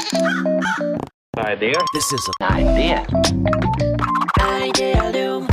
Idea. This is an idea. Idealum.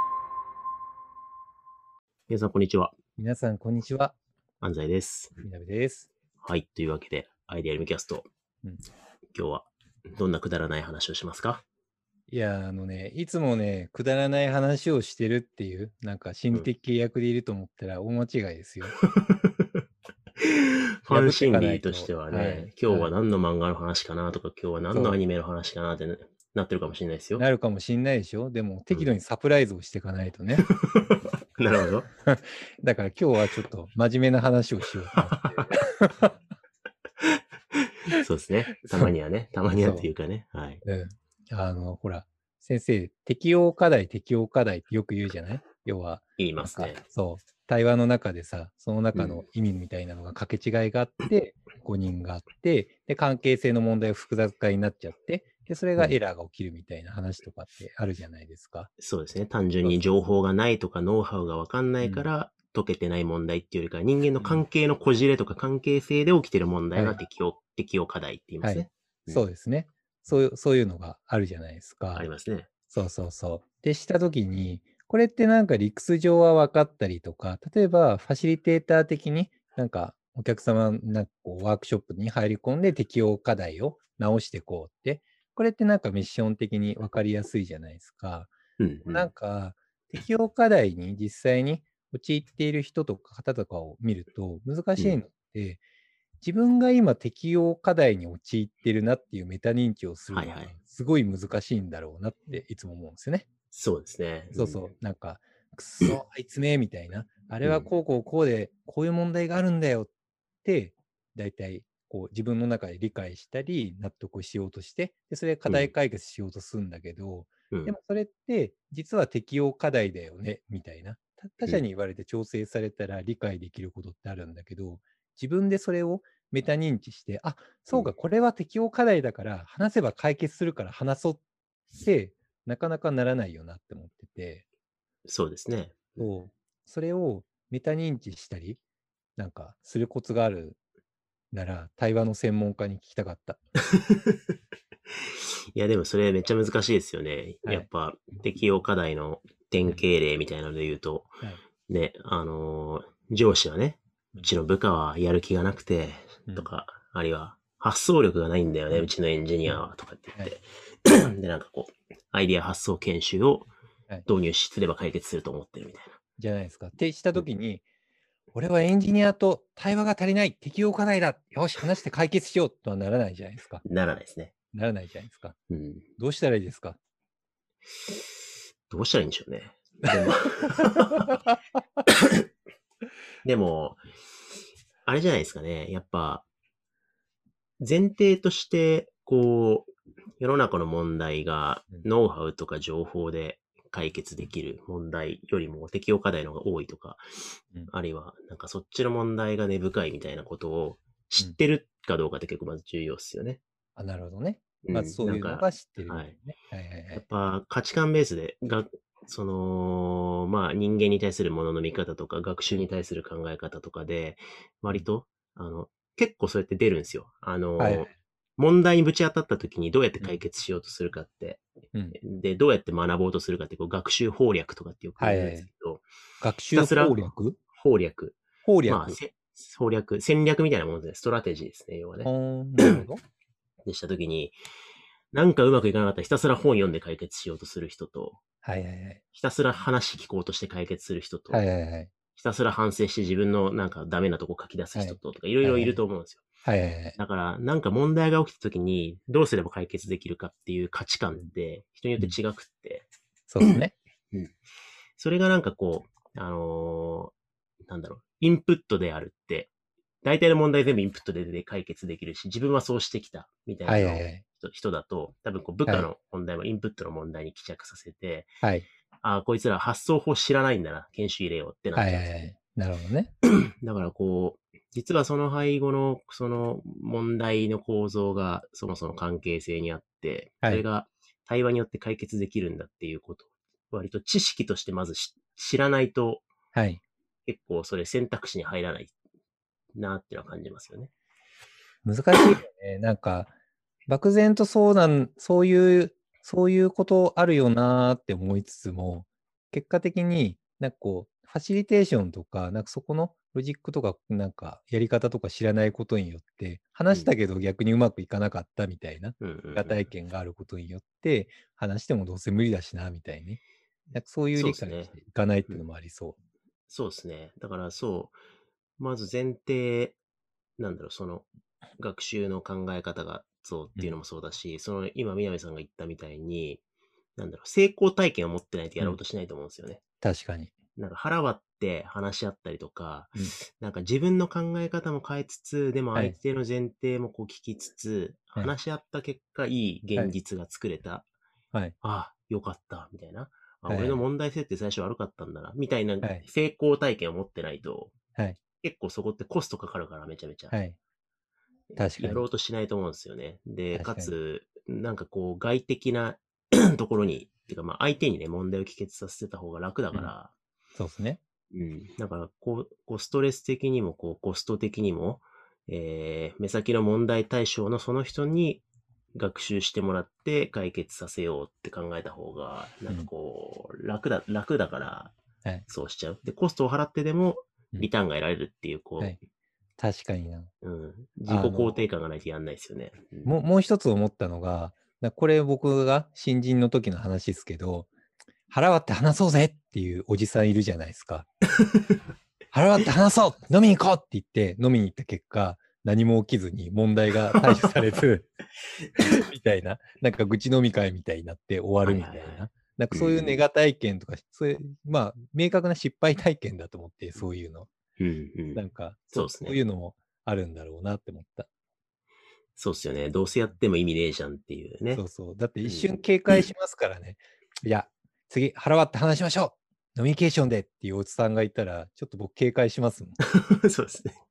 皆さん、こんにちは。 皆さん、こんにちは。 安西です。 みなべです。 はい。というわけで、アイデアルミキャスト。 うん今日は、どんなくだらない話をしますか？ いや、いつもね、くだらない話をしてるっていう、なんか心理的契約でいると思ったら大間違いですよ。 ファン心理としてはね、 はい今日は何の漫画の話かなとか、今日は何のアニメの話かなってなってるかもしれないですよ。 なるかもしんないでしょ。でも、適度にサプライズをしていかないとね。 なるほど。 だから今日はちょっと真面目な話をしようと思って。 そうですね。たまにはね。たまにはっていうかね。はい。 ほら、先生、適応課題ってよく言うじゃない？要は、 言いますね。 そう。対話の中でさ、その中の意味みたいなのが掛け違いがあって、誤認があって、で、関係性の問題が複雑化になっちゃって、で、それがエラーが起きるみたいな話とかってあるじゃないですか。 そうですね。単純に情報がないとか、ノウハウがわかんないから、解けてない問題っていうよりか、人間の関係のこじれとか関係性で起きてる問題が適応課題って言いますね。 そうですね。そういうのがあるじゃないですか。 ありますね。 そう。で、したときに、これってなんか理屈上は分かったりとか、例えばファシリテーター的になんかお客様なんかこうワークショップに入り込んで適用課題を直していこうって、これってなんかミッション的に分かりやすいじゃないですか。なんか適用課題に実際に陥っている人とか方とかを見ると難しいのって、自分が今適用課題に陥ってるなっていうメタ認知をするのがすごい難しいんだろうなっていつも思うんですよね。 そうですね。 そう。なんか、くそ、あいつめ、みたいな。あれはこうで、こういう問題があるんだよって、大体、こう自分の中で理解したり、納得しようとして、でそれで課題解決しようとするんだけど、でもそれって、実は適用課題だよね、みたいな。他者に言われて調整されたら理解できることってあるんだけど、自分でそれをメタ認知して、あ、そうか、これは適用課題だから、話せば解決するから話そうって、なかなかならないよなって思ってて。 そうですね。 それをメタ認知したり、なんかするコツがあるなら、対話の専門家に聞きたかった。 いや、でもそれめっちゃ難しいですよね。 はい、 やっぱ、適用課題の典型例みたいなので言うと、ね、上司はね、うちの部下はやる気がなくて、とか、あるいは発想力がないんだよね、うちのエンジニアは、とかって言って。で、なんかこう、アイディア発想研修を導入すれば解決すると思ってるみたいな。 じゃないですか。ってしたときに、俺はエンジニアと対話が足りない、適用課題だ、よし、話して解決しようとはならないじゃないですか。 ならないですね。 ならないじゃないですか。どうしたらいいですか？ どうしたらいいんでしょうね。でも、あれじゃないですかね。やっぱ、前提として、こう、世の中の問題がノウハウとか情報で解決できる問題よりも適用課題の方が多いとか、あるいはなんかそっちの問題が根深いみたいなことを知ってるかどうかって結構まず重要ですよね。 なるほどね。まずそういうのが知ってる、 ね。やっぱ価値観ベースでまあ人間に対するものの見方とか学習に対する考え方とかで、割と、結構そうやって出るんですよ。問題にぶち当たった時にどうやって解決しようとするかって、で、どうやって学ぼうとするかって、こう学習攻略とかってよく言うんですけど、 学習攻略まあ、攻略、戦略みたいなもので、ストラテジーですね、要はね。 なるほど。 でした時に、なんかうまくいかなかったらひたすら本読んで解決しようとする人と、ひたすら話聞こうとして解決する人と、ひたすら反省して自分のなんかダメなとこ書き出す人とかいろいろいると思うんですよ。だから、なんか問題が起きた時にどうすれば解決できるかっていう価値観って人によって違くって。 そうですね。 それがなんかこう、なんだろう、インプットであるって、大体の問題全部インプットで解決できるし、自分はそうしてきたみたいな人だと、多分こう部下の問題もインプットの問題に帰着させて、こいつら発想法知らないんだな、研修入れようってなっちゃうんですよ。 なるほどね。 だからこう、実はその背後のその問題の構造がそもそも関係性にあって、それが対話によって解決できるんだっていうことを、割と知識としてまず知らないと、結構それ選択肢に入らないなっていうのは感じますよね。 難しいよね。なんか、 漠然とそういうことあるよなーって思いつつも、結果的になんかこう、ファシリテーションとか、なんかそこのロジックとか、なんかやり方とか知らないことによって、話したけど逆にうまくいかなかったみたいな、 うんうんうん。 体験があることによって、話してもどうせ無理だしな、みたいに、なんかそういう理そうですね。 解をしていかないっていうのうん。 もありそそうですね。だからまず前提、その学習の考え方がそうっう。うん。 ていうのもそうだし、その今、南さんが言ったみたいに、成功体験を持ってないとやろううん。 としないと思うんですよね。 確かに。 腹割って話し合ったりとか、 うん。 自分の考え方も変えつつ、でもはい。 相手の前提もこう聞きつつ、 はい。 話し合った結果、いいはい。 現実が作れた。 はい。 ああ、よかった、みたいな。あ、 はい。 俺の問題設定最初悪かったんだな、みたいなはい。 成功体験を持ってないと、 はい。 結構そこってコストかかるから、めちゃめちゃ。 はい。確かに。 やろうとしないと思うんですよね。で、 確かに。 かつ、外的なところに、てか相手にね、問題を帰結させてた方が楽だうん。 から、 そうですね。 うん。だから、ストレス的にも、コスト的にも、目先の問題対象のその人に学習してもらって解決させようって考えた方が、 うん。 楽だから、 はい。 そうしちゃう。で、コストを払ってでも、 うん。 リターンが得られるっていう、 はい。確かにな。 自己あの、 肯定感がないとやんないですよね。うん。 もう一つ思ったのが、これ僕が新人の時の話ですけど、腹割って話そうぜっていうおじさんいるじゃないですか。腹割って話そう飲みに行こうって言って飲みに行った結果、何も起きずに問題が対処されずみたいな、なんか愚痴飲み会みたいになって終わるはいはいはい。 みたいな、なんかうそういうネん。 ガ体験とか、そういう、まあ、明確な失敗体験だと思って、そういうの。 うんうん。 なんか、そういそうですね。 うのもあるんだろうなって思った。 そうっすよね。どうせやっても意味ねえじゃんっていうね。 そうそう。だって一瞬うん。 警戒しますからね。いや、次、腹割って話しましょうノミニケーションでっていうおじさんがいたら、ちょっと僕警戒しますもん。 そうですね。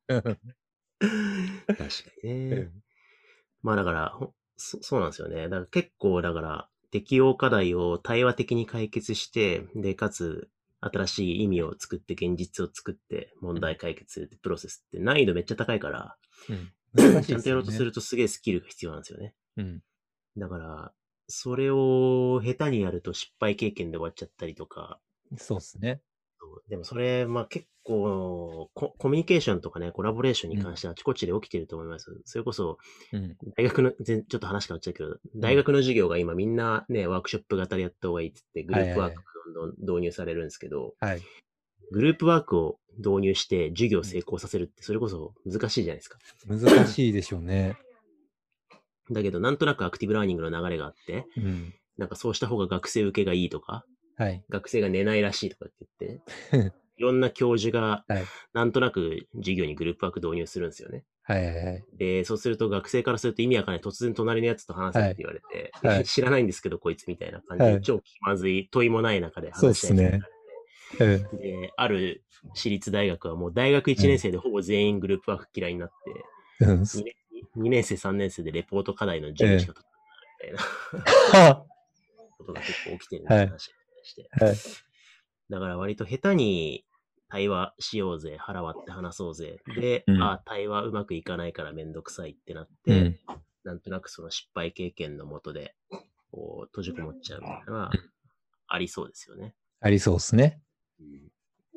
確かにね。 うん。 まあだから、そうなんですよね。だから結構、適用課題を対話的に解決して、で、かつ、新しい意味を作って、現実を作って問題解決するってプロセスって難易度めっちゃ高いから、 うん。難しいちゃんとやろうとすですよね。 るとすげえスキルが必要なんですよね。 うん。 だから、それを下手にやると失敗経験で終わっちゃったりとか、 そうですね。 でもそれ、まあ結構コミュニケーションとかね、コラボレーションにうん。 関してはあちこちで起きてると思います。それこそ、 うん。 大学の、ちょっと話変わっちゃうけど、 うん。 大学の授業が今みんなね、ワークショップ型でやった方がいいって言って、グループワークがはいはいはい。 どんどん導入されるんですけど、 はい。 グループワークを導入して授業をうん。 成功させるってそれこそ難しいじゃないですか。 難しいでしょうね。 だけどなんとなくアクティブラーニングの流れがあって、 うん。 そうした方が学生受けがいいとか、 はい。 学生が寝ないらしいとかって言って、いろんな教授がはい。 なんとなく授業にグループワーク導入するんですよね。 はいはいはい。 で、そうすると学生からすると意味わかんない。突然隣のやつと話せってはい。 言われて、 はい。 知らないんですけどこいつみたいな感じで、 はい。 超気まずい問いもない中でそうっ話し合いさせらすね。うん。 れて、で、ある私立大学はもう大学1年うん。 生でほぼ全員グループワーク嫌いになって、 うん。 2年生、3年生でレポート課題の授業しかうん。 取ってないみたいなはことが結構起きてるみたいなはい。 話があったりして。 はい。 だから割と下手に対話しようぜ、腹割って話そうぜ。で、 うん。 対話うまくいかないからめんどくさいってなって、 うん。 なんとなくその失敗経験のもとで、閉じこもっちゃうみたいなのはありそうですよね。 ありそうっすね。 うん、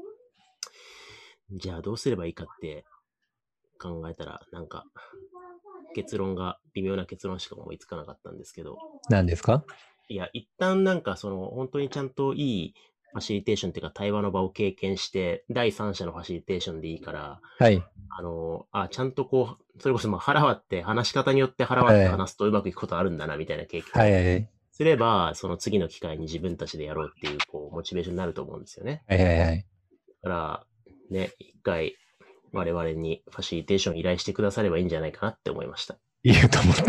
じゃあどうすればいいかって考えたら、微妙な結論しか思いつかなかったんですけど、 何ですか？ いや、一旦本当にちゃんといいファシリテーションっていうか対話の場を経験して、第三者のファシリテーションでいいから、 はい。 ちゃんとそれこそ腹割って、話し方によって腹割ってはい。 話すとうまくいくことあるんだな、みたいな経験をはいはいはい。 すれば、その次の機会に自分たちでやろうっていう、モチベーションになると思うんですよね。 はいはいはい。 だから、ね、一回、我々にファシリテーション依頼してくださればいいんじゃないかなって思いました。 言うと思った。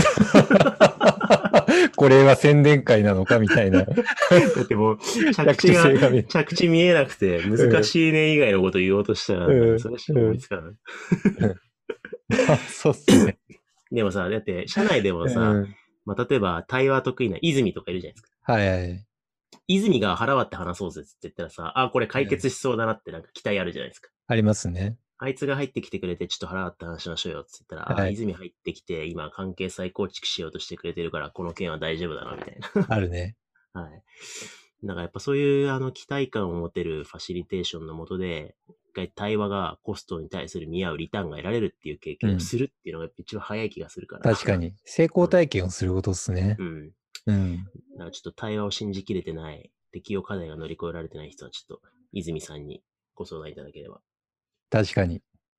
これは宣伝会なのかみたいな。 だってもう、着地見えなくて、難しいね以外のこと言おうとしたら、それしか思いつかない。 そうっすね。 でもさ、だって、社内でもさ、例えば対話得意な泉とかいるじゃないですか。 はいはい。 泉が腹割って話そうぜって言ったらさ、これ解決しそうだなって期待あるじゃないですか。 ありますね。 あいつが入ってきてくれてちょっと腹立って話しましょうよって言ったら、 はい泉入ってきて今関係再構築しようとしてくれてるからこの件は大丈夫だなみたいな。 あるね。 はい。だからやっぱそういう期待感を持てるファシリテーションの下で、一回対話がコストに対する見合うリターンが得られるっていう経験をするっていうのが一番早い気がするから。 確かに。成功体験をすることっすね。 うん。 うん。 だからちょっと対話を信じきれてない、適用課題が乗り越えられてない人はちょっと泉さんにご相談いただければ。 確かに。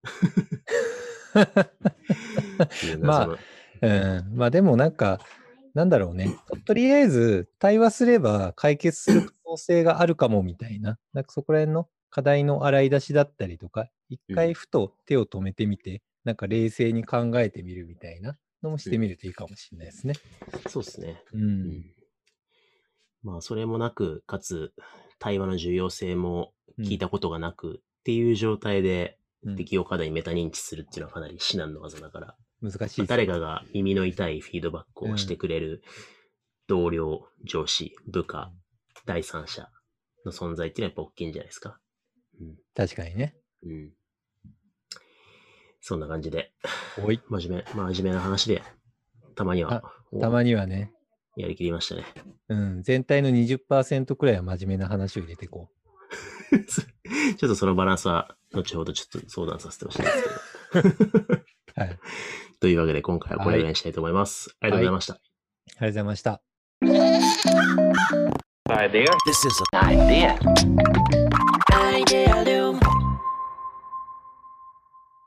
まあでもなんか、なんだろうね。とりあえず対話すれば解決する可能性があるかもみたいな。なんかそこら辺の課題の洗い出しだったりとか、一回ふと手を止めてみて、なんか冷静に考えてみるみたいなのもしてみるといいかもしれないですね。 そうですね。 うん。 まあそれもなく、かつ対話の重要性も聞いたことがなくっていう状態で適用課題にメタ認知するっていうのはかなり至難の技だから、 難しいですね。 誰かが耳の痛いフィードバックをしてくれる同僚、上司、部下、第三者の存在っていうのはやっぱ大きいんじゃないですか。 確かにね。 そんな感じで、 おい。 真面目な話で、たまにはね。 やりきりましたね。 全体の 20% くらいは真面目な話を入れていこう。ちょっとそのバランスは、後ほどちょっと相談させてほしいんですけど。 はい。 というわけで、今回はこれぐらいにしたいと思います。ありがとうございました。 ありがとうございました。 Idea. This is an idea. Idea.